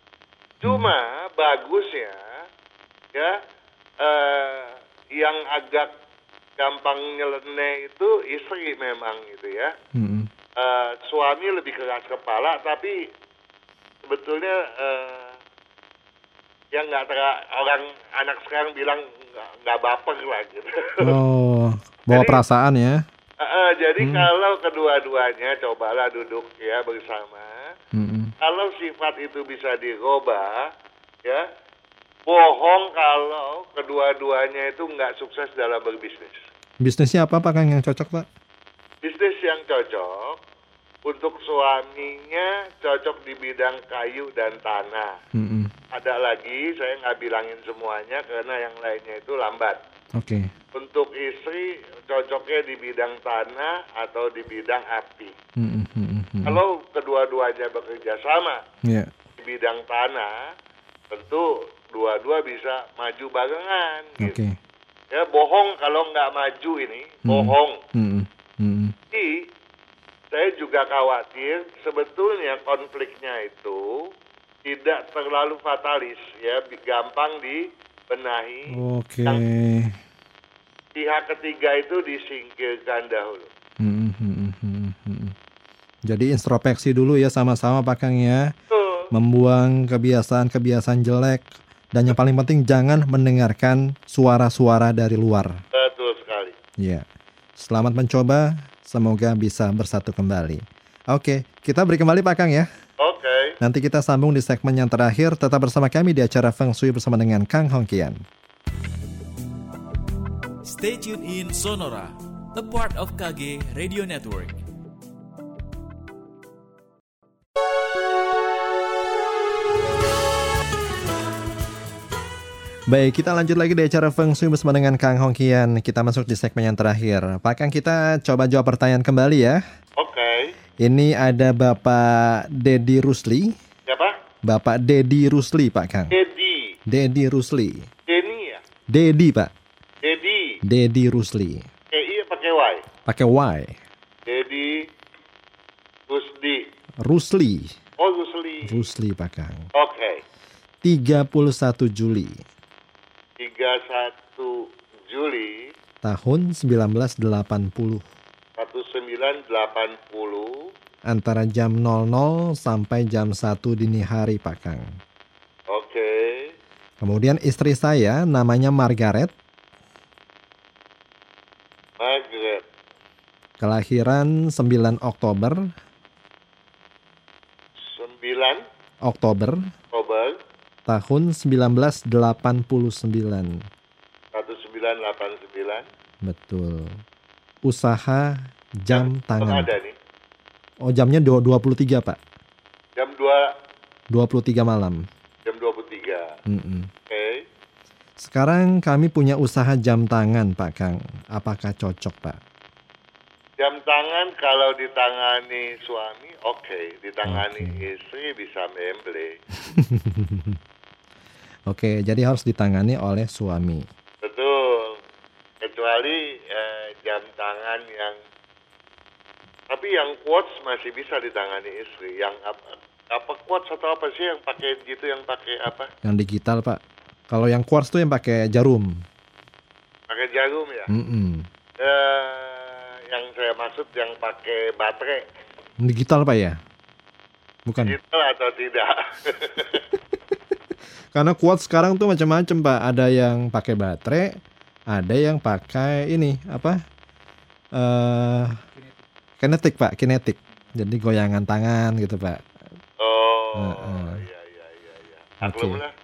Cuma bagusnya, ya, eh, yang agak gampang nyeleneh itu istri memang gitu ya. Mm-mm. Eh, suami lebih keras kepala, tapi sebetulnya eh, yang nggak ter- orang anak sekarang bilang nggak nggak baper lah gitu. Oh, bawa Jadi- perasaan ya. Uh, jadi Hmm. kalau kedua-duanya cobalah duduk ya bersama. Mm-mm. Kalau sifat itu bisa dirubah, ya bohong kalau kedua-duanya itu nggak sukses dalam berbisnis. Bisnisnya apa Pak Kang yang cocok Pak? Bisnis yang cocok untuk suaminya cocok di bidang kayu dan tanah. Mm-mm. Ada lagi, saya nggak bilangin semuanya karena yang lainnya itu lambat. Oke. Untuk istri cocoknya di bidang tanah atau di bidang api. Mm-mm, mm-mm, mm-mm. Kalau kedua-duanya bekerja sama Ya. di bidang tanah, tentu dua-dua bisa maju barengan. Oke. Gitu. Ya bohong kalau nggak maju ini, Hmm. bohong. Mm-mm, mm-mm. Jadi saya juga khawatir sebetulnya konfliknya itu tidak terlalu fatalis, ya gampang dibenahi. Oke. Yang pihak ketiga itu disingkirkan dahulu. Mm-mm, mm-mm, mm-mm, mm-mm. Jadi introspeksi dulu ya sama-sama Pak Kang ya. Tuh, Membuang kebiasaan-kebiasaan jelek. Dan yang paling penting jangan mendengarkan suara-suara dari luar. betul sekali. Ya. Selamat mencoba. Semoga bisa bersatu kembali. Oke, kita beri kembali Pak Kang ya. Oke. Nanti kita sambung di segmen yang terakhir. Tetap bersama kami di acara Feng Shui bersama dengan Kang Hongkian. Stay tuned in Sonora, a part of K G Radio Network. Baik, kita lanjut lagi di acara Feng Shui bersama dengan Kang Hongkian. Kita masuk di segmen yang terakhir. Pak Kang, kita coba jawab pertanyaan kembali ya. Oke. Ini ada Bapak Dedi Rusli. Siapa? Bapak Dedi Rusli, Pak Kang. Dedi. Dedi Rusli. Denny ya? Dedi, Pak. Dedi. Dedi Rusli. K I pakai Y. Pakai Y. Dedi. Rusdi. Rusli. Oh, Rusli. Rusli, Pak Kang. Oke. tiga puluh satu Juli tiga puluh satu Juli tahun seribu sembilan ratus delapan puluh. sembilan belas delapan puluh. Antara jam nol nol sampai jam satu dini hari, Pak Kang. Oke. Kemudian istri saya namanya Margaret. Margaret. Kelahiran sembilan Oktober. sembilan Oktober Oktober tahun seribu sembilan ratus delapan puluh sembilan. sembilan belas delapan puluh sembilan. Betul. Usaha jam Oh, tangan. ada nih. Oh, jamnya dua puluh tiga, Pak. Jam dua. dua puluh tiga malam. Jam dua puluh tiga. Mm-mm. Oke. Sekarang kami punya usaha jam tangan, Pak Kang. Apakah cocok, Pak? Jam tangan kalau ditangani suami, oke. Ditangani Oke. istri bisa memble. Oke, jadi harus ditangani oleh suami. Betul. Kecuali eh, jam tangan yang, tapi yang quartz masih bisa ditangani istri. Yang apa? Apa quartz atau apa sih yang pakai gitu, yang pakai apa? Yang digital, Pak. Kalau yang quartz tuh yang pakai jarum. Pakai jarum ya. Mm-mm. Eh, yang saya maksud yang pakai baterai. Digital, Pak ya? Bukan. Gitu atau tidak? Karena quartz sekarang tuh macam-macam, Pak. Ada yang pakai baterai, ada yang pakai ini apa? Eh, kinetik, Pak, kinetik. Jadi goyangan tangan gitu, Pak. Oh, Heeh. iya iya iya iya. Oke. Maklum lah.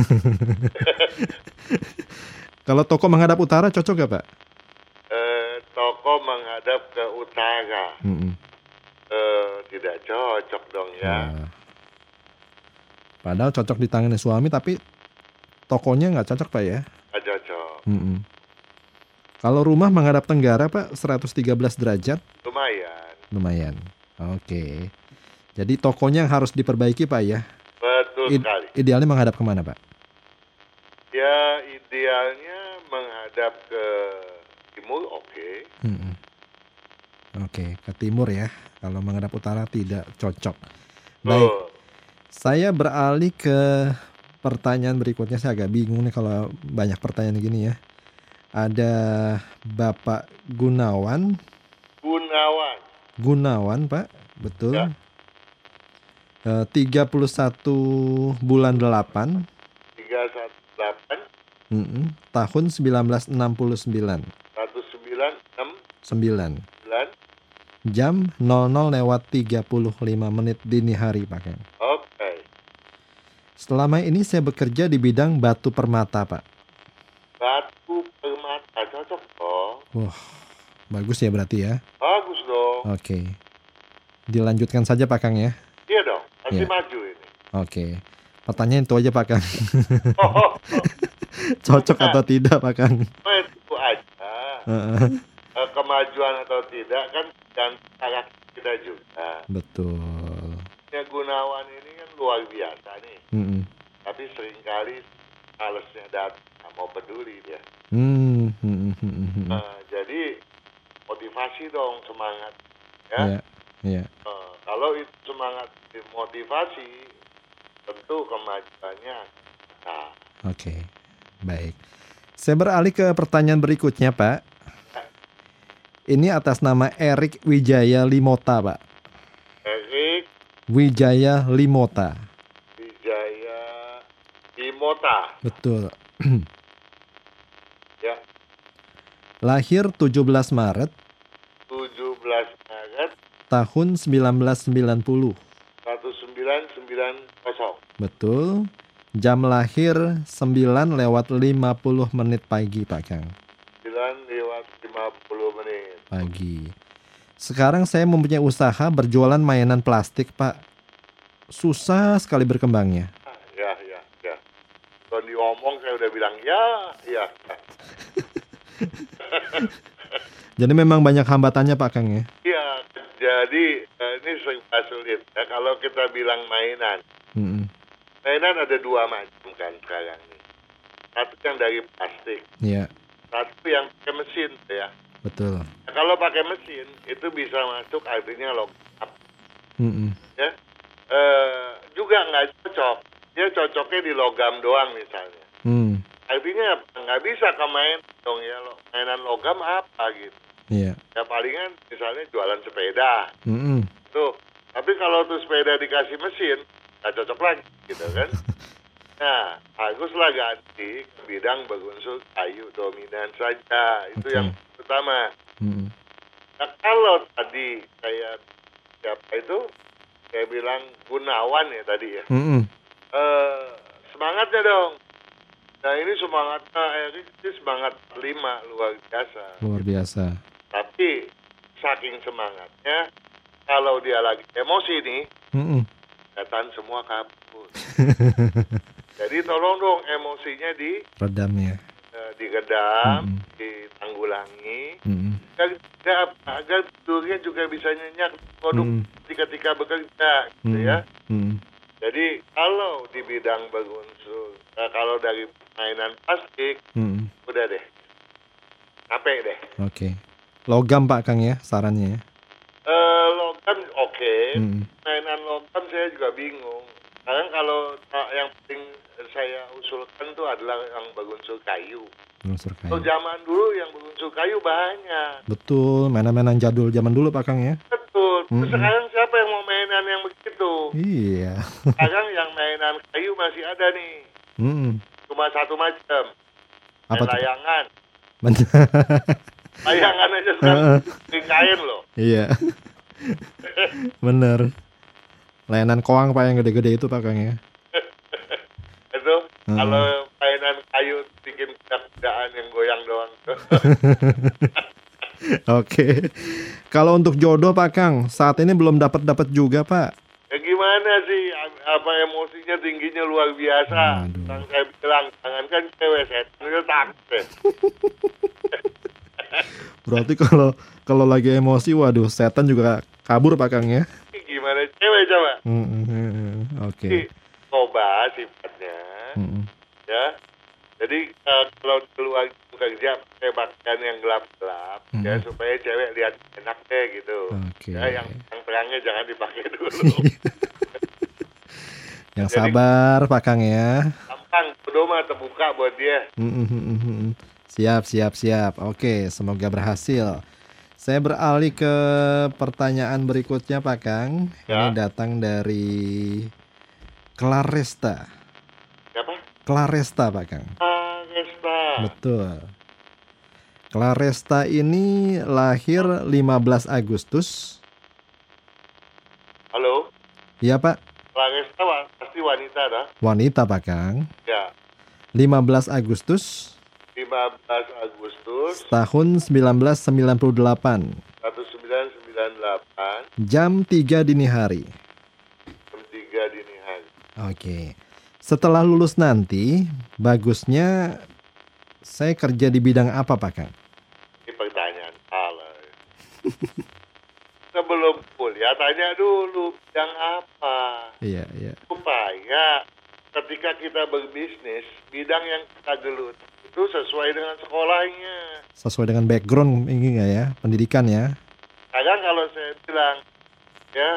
Kalau toko menghadap utara cocok gak, Pak? Eh, toko menghadap ke utara. Mm-mm. Eh, tidak cocok dong ya. Nah, padahal cocok ditangani suami, tapi tokonya nggak cocok, Pak ya? Nggak cocok. Mm-mm. Kalau rumah menghadap tenggara, Pak, seratus tiga belas derajat, Lumayan. lumayan. Oke. Jadi tokonya yang harus diperbaiki, Pak ya? Betul I- sekali. idealnya menghadap kemana, Pak? Ya idealnya menghadap ke timur, oke. Mm-mm. Oke, ke timur ya. Kalau menghadap utara tidak cocok. Baik, Tuh. saya beralih ke pertanyaan berikutnya. Saya agak bingung nih kalau banyak pertanyaan gini ya. Ada Bapak Gunawan. Gunawan. Gunawan, Pak. Betul. Ya. Eh, tiga puluh satu bulan delapan. tiga satu delapan Mm-mm. Tahun seribu sembilan ratus enam puluh sembilan. satu sembilan enam sembilan. sembilan Jam nol nol lewat tiga puluh lima menit dini hari Pak Kang. Oke. Selama ini saya bekerja di bidang batu permata Pak. Batu permata cocok dong. Wah, bagus ya berarti ya. Bagus dong. Oke. Dilanjutkan saja Pak Kang ya. Iya dong, masih Iya. maju ini. Oke. Pertanyaan itu aja Pak Kang. Oh, oh, oh. Cocok atau tidak Pak Kang? Oh, itu aja. Heeh. Eh, Kemajuan atau tidak kan dan karakter kita juga. Betul. Ya Gunawan ini kan luar biasa nih. Mm-mm. Tapi seringkali malesnya datang, nggak mau peduli dia. Hmm, hmm, hmm, hmm, hmm. Nah, jadi motivasi dong, semangat. Ya. Iya, iya. Eh, kalau itu semangat motivasi, tentu kemajuannya. Nah, Oke, baik. Saya beralih ke pertanyaan berikutnya, Pak. Ini atas nama Erik Wijaya Limota, Pak. Erik Wijaya Limota. Wijaya Imota. Betul. Ya, Lahir tujuh belas Maret tujuh belas Maret tahun seribu sembilan ratus sembilan puluh. seribu sembilan ratus sembilan puluh. Betul. Jam lahir sembilan lewat lima puluh menit pagi, Pak Kang. sembilan lewat lima puluh menit. Pagi. Sekarang saya mempunyai usaha berjualan mainan plastik, Pak. Susah sekali berkembangnya. Ah, ya, ya, ya. Kalau diomong saya udah bilang ya, ya. ya. Jadi memang banyak hambatannya, Pak Kang ya. Iya, jadi eh, ini serba sulit. Ya, kalau kita bilang mainan, Mm-mm. mainan ada dua macam kan sekarang nih. Satu yang dari plastik, Iya, satu yang pakai mesin ya. betul. Nah, kalau pakai mesin itu bisa masuk artinya logam Mm-mm. ya. Eh, juga nggak cocok. Dia cocoknya di logam doang misalnya. Hmm. Artinya apa? Nggak bisa kemain dong ya, lo- mainan logam apa gitu. Iya. Ya palingan misalnya jualan sepeda Mm-mm. tuh. Tapi kalau tuh sepeda dikasih mesin, nggak cocok lagi gitu kan. Nah, baguslah ganti ke bidang berunsur kayu dominan saja. Itu Oke. yang pertama. Mm-mm. Nah, kalau tadi saya siapa itu saya bilang Gunawan ya tadi ya. Mm-mm. Eh, semangatnya dong. Nah ini semangatnya Erik ini semangat lima luar biasa. Luar biasa. Tapi saking semangatnya, kalau dia lagi emosi nih, Mm-mm. kelihatan semua kabur. Jadi tolong dong emosinya di Redam ya. eh, diredam, Mm-mm. ditanggulangi, Mm-mm. agar, agar tidurnya juga bisa nyenyak produk Mm-mm. ketika bekerja, gitu Mm-mm. ya. Mm-mm. Jadi kalau di bidang berunsur, eh, kalau dari mainan plastik, Mm-mm. udah deh, capek deh. Oke. Logam Pak Kang ya sarannya ya. Eh, logam oke, Mm-mm. mainan logam saya juga bingung. Sekarang kalau eh, yang penting saya usulkan tuh adalah yang berunsur kayu. Unsur Kalau kayu. zaman dulu yang berunsur kayu banyak. Betul, mainan-mainan jadul zaman dulu Pak Kang ya. Betul. Terus Mm-mm. sekarang siapa yang mau mainan yang begitu? Iya. Sekarang yang mainan kayu masih ada nih. Mm-mm. Cuma satu macam. Apa Main tuh? layangan. Bener. Layangan aja sekarang di kain loh. Iya. Bener. Layanan koang Pak yang gede-gede itu Pak Kang ya. Itu Hmm. kalau mainan kayu bikin kuda-kudaan yang goyang doang tuh. Oke. Kalau untuk jodoh Pak Kang, saat ini belum dapat-dapat juga Pak. Ya gimana sih, apa emosinya tingginya luar biasa. Aduh. Yang saya bilang, jangankan cewek, saya itu takut deh. Berarti kalau kalau lagi emosi, waduh, setan juga kabur Pak Kang ya. Gimana cewek coba? Mm, mm, mm. Oke. Jadi, coba sifatnya, Mm, mm. ya. Jadi eh, kalau keluar kerja pakai pakaian yang gelap-gelap, Hmm. ya supaya cewek lihat enak deh gitu. Oke. Ya, yang terangnya jangan dipakai dulu. Yang Jadi- sabar Pak Kang ya. Gampang, bodo mah terbuka buat dia. Mm, mm, mm, mm. Siap, siap, siap. Oke, semoga berhasil. Saya beralih ke pertanyaan berikutnya Pak Kang. Ya. Ini datang dari Claresta. Siapa? Claresta Pak Kang. Ah, Resta. Betul. Claresta ini lahir lima belas Agustus. Halo, Iya Pak, Claresta wa- pasti wanita dah. wanita Pak Kang. Ya, lima belas Agustus lima belas Agustus tahun sembilan belas sembilan puluh delapan. seribu sembilan ratus sembilan puluh delapan, Jam tiga dini hari. jam tiga dini hari. Oke. Setelah lulus nanti, bagusnya saya kerja di bidang apa Pak Kang? Ini pertanyaan salah. Ya. Sebelum kuliah tanya dulu bidang apa, Iya, iya. supaya ketika kita berbisnis bidang yang kita gelut itu sesuai dengan sekolahnya. Sesuai dengan background ini nggak ya, pendidikan ya? Kadang kalau saya bilang ya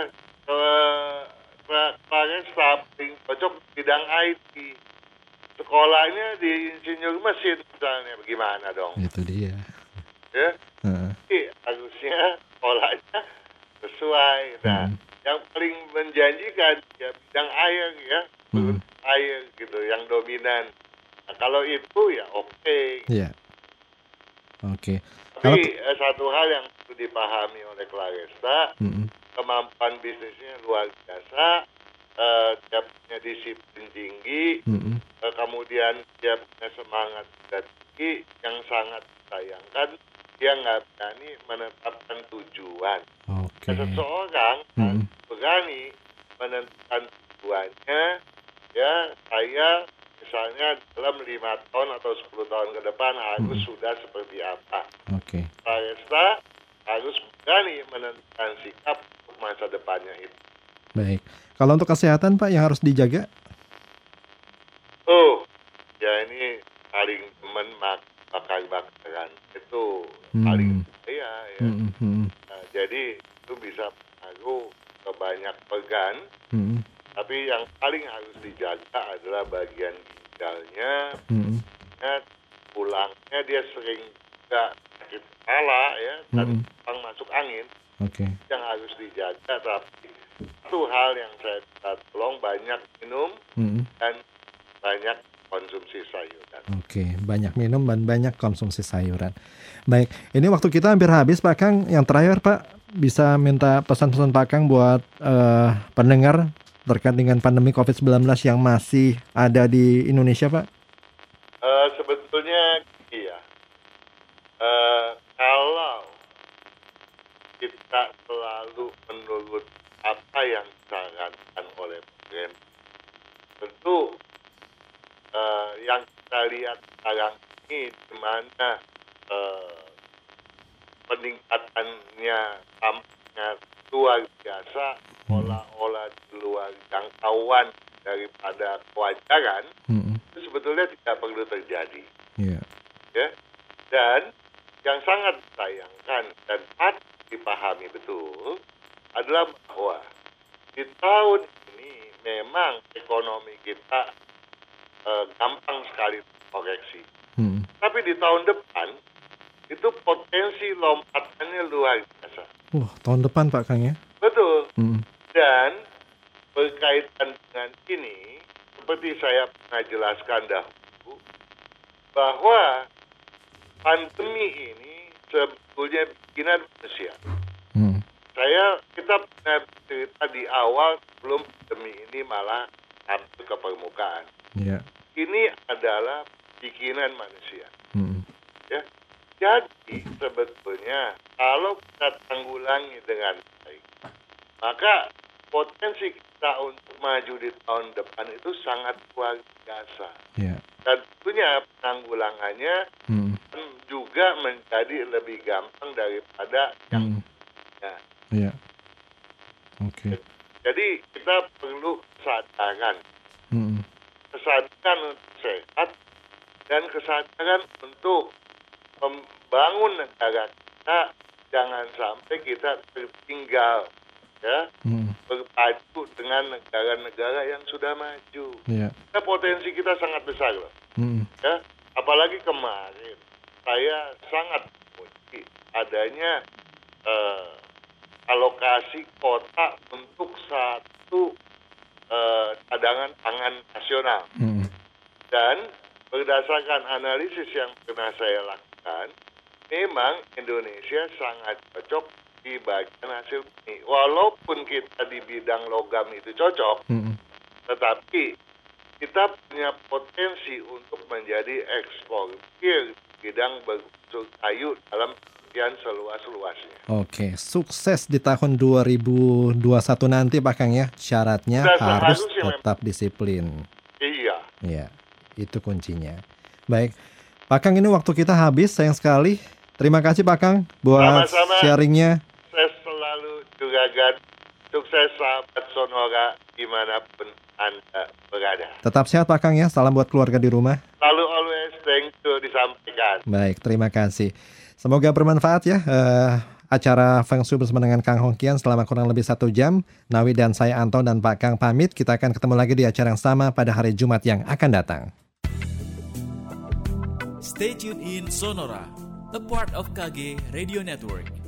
kemarin paling cocok bidang I T, sekolahnya di insinyur mesin misalnya, bagaimana dong? Itu dia. Ya, Heeh. jadi harusnya sekolahnya sesuai. Nah, Hmm. yang paling menjanjikan ya bidang air ya, Hmm. air gitu, yang dominan. Nah, kalau itu ya oke. Iya. Oke. Kalau Tapi eh, satu hal yang perlu dipahami oleh Claresta, Mm-mm. kemampuan bisnisnya luar biasa, eh, dia punya disiplin tinggi, Mm-mm. eh, kemudian dia punya semangat juga tinggi, yang sangat disayangkan dia nggak berani menetapkan tujuan. Oke. Nah, seseorang Mm-mm. berani menentukan tujuannya, ya saya misalnya dalam lima tahun atau sepuluh tahun ke depan harus Mm-mm. sudah seperti apa. Oke. Claresta harus berani menentukan sikap untuk masa depannya itu. Baik. Kalau untuk kesehatan Pak yang harus dijaga? Oh, ya ini paling demen mak- bakar-bakaran. Itu Hmm. paling bahaya ya. Mm-mm. Mm-mm. Nah, jadi itu bisa pengaruh ke banyak organ, Mm-mm. tapi yang paling harus dijaga adalah bagian ginjalnya. Mm-mm. Ya, tulangnya dia sering juga sakit kepala ya, dan Mm-mm. tulang masuk angin. Oke. Yang harus dijaga, tapi satu hal yang saya minta tolong, banyak minum Mm-mm. dan banyak konsumsi sayuran. Oke, banyak minum dan banyak konsumsi sayuran. Baik, ini waktu kita hampir habis Pak Kang. Yang terakhir Pak, bisa minta pesan-pesan Pak Kang buat eh, pendengar terkait dengan pandemi covid sembilan belas yang masih ada di Indonesia Pak? Eh, sebetulnya iya, Eh, kalau kita selalu menurut apa yang disarankan oleh pemerintah, tentu eh, yang kita lihat sekarang ini di mana eh, peningkatannya tampaknya luar biasa, olah-olah di luar jangkauan daripada kewajaran, Mm-mm. itu sebetulnya tidak perlu terjadi. Iya. Ya. Dan yang sangat disayangkan dan harus dipahami betul adalah bahwa di tahun ini memang ekonomi kita eh, gampang sekali koreksi. Mm-mm. Tapi di tahun depan itu potensi lompatannya luar biasa. Wah, tahun depan Pak Kang ya? Betul. Mm-mm. Dan berkaitan dengan ini, seperti saya pernah jelaskan dahulu, bahwa pandemi ini sebetulnya bikinan manusia. Mm. Saya kita pernah cerita di awal sebelum pandemi ini malah sampai ke permukaan. Iya. Ini adalah bikinan manusia. Mm-mm. Ya. Jadi sebetulnya kalau kita tanggulangi dengan baik, maka potensi kita untuk maju di tahun depan itu sangat luar biasa. Iya. Dan tentunya penanggulangannya Mm-mm. juga menjadi lebih gampang daripada yang Mm-mm. nah, Iya. Oke. jadi kita perlu kesadaran, Mm-mm. kesadaran untuk sehat dan kesadaran untuk membangun negara kita, jangan sampai kita tertinggal ya, Mm-mm. berpacu dengan negara-negara yang sudah maju. Iya. Nah, potensi kita sangat besar loh. Mm-mm. Ya, apalagi kemarin saya sangat memuji adanya eh, alokasi kota untuk satu eh, cadangan pangan nasional. Mm-mm. Dan berdasarkan analisis yang pernah saya lakukan, memang Indonesia sangat cocok di bagian hasil bumi. Walaupun kita di bidang logam itu cocok, mm-hmm. tetapi kita punya potensi untuk menjadi ekspor di bidang berbentuk kayu dalam pengertian seluas-luasnya. Oke, sukses di tahun dua ribu dua puluh satu nanti Pak Kang ya. Syaratnya Sudah harus tetap memang. disiplin. Iya. Iya, itu kuncinya. Baik, Pak Kang, ini waktu kita habis, sayang sekali. Terima kasih Pak Kang buat Sama-sama. sharingnya. Sukses selalu juga, Gan. Sukses sahabat Sonora dimanapun Anda berada. Tetap sehat Pak Kang ya. Salam buat keluarga di rumah. Selalu always thank you disampaikan. Baik, terima kasih. Semoga bermanfaat ya uh, acara Feng Shui bersama dengan Kang Hongkian selama kurang lebih satu jam. Nawi dan saya Anton dan Pak Kang pamit. Kita akan ketemu lagi di acara yang sama pada hari Jumat yang akan datang. Stay tuned in Sonora, a part of K G Radio Network.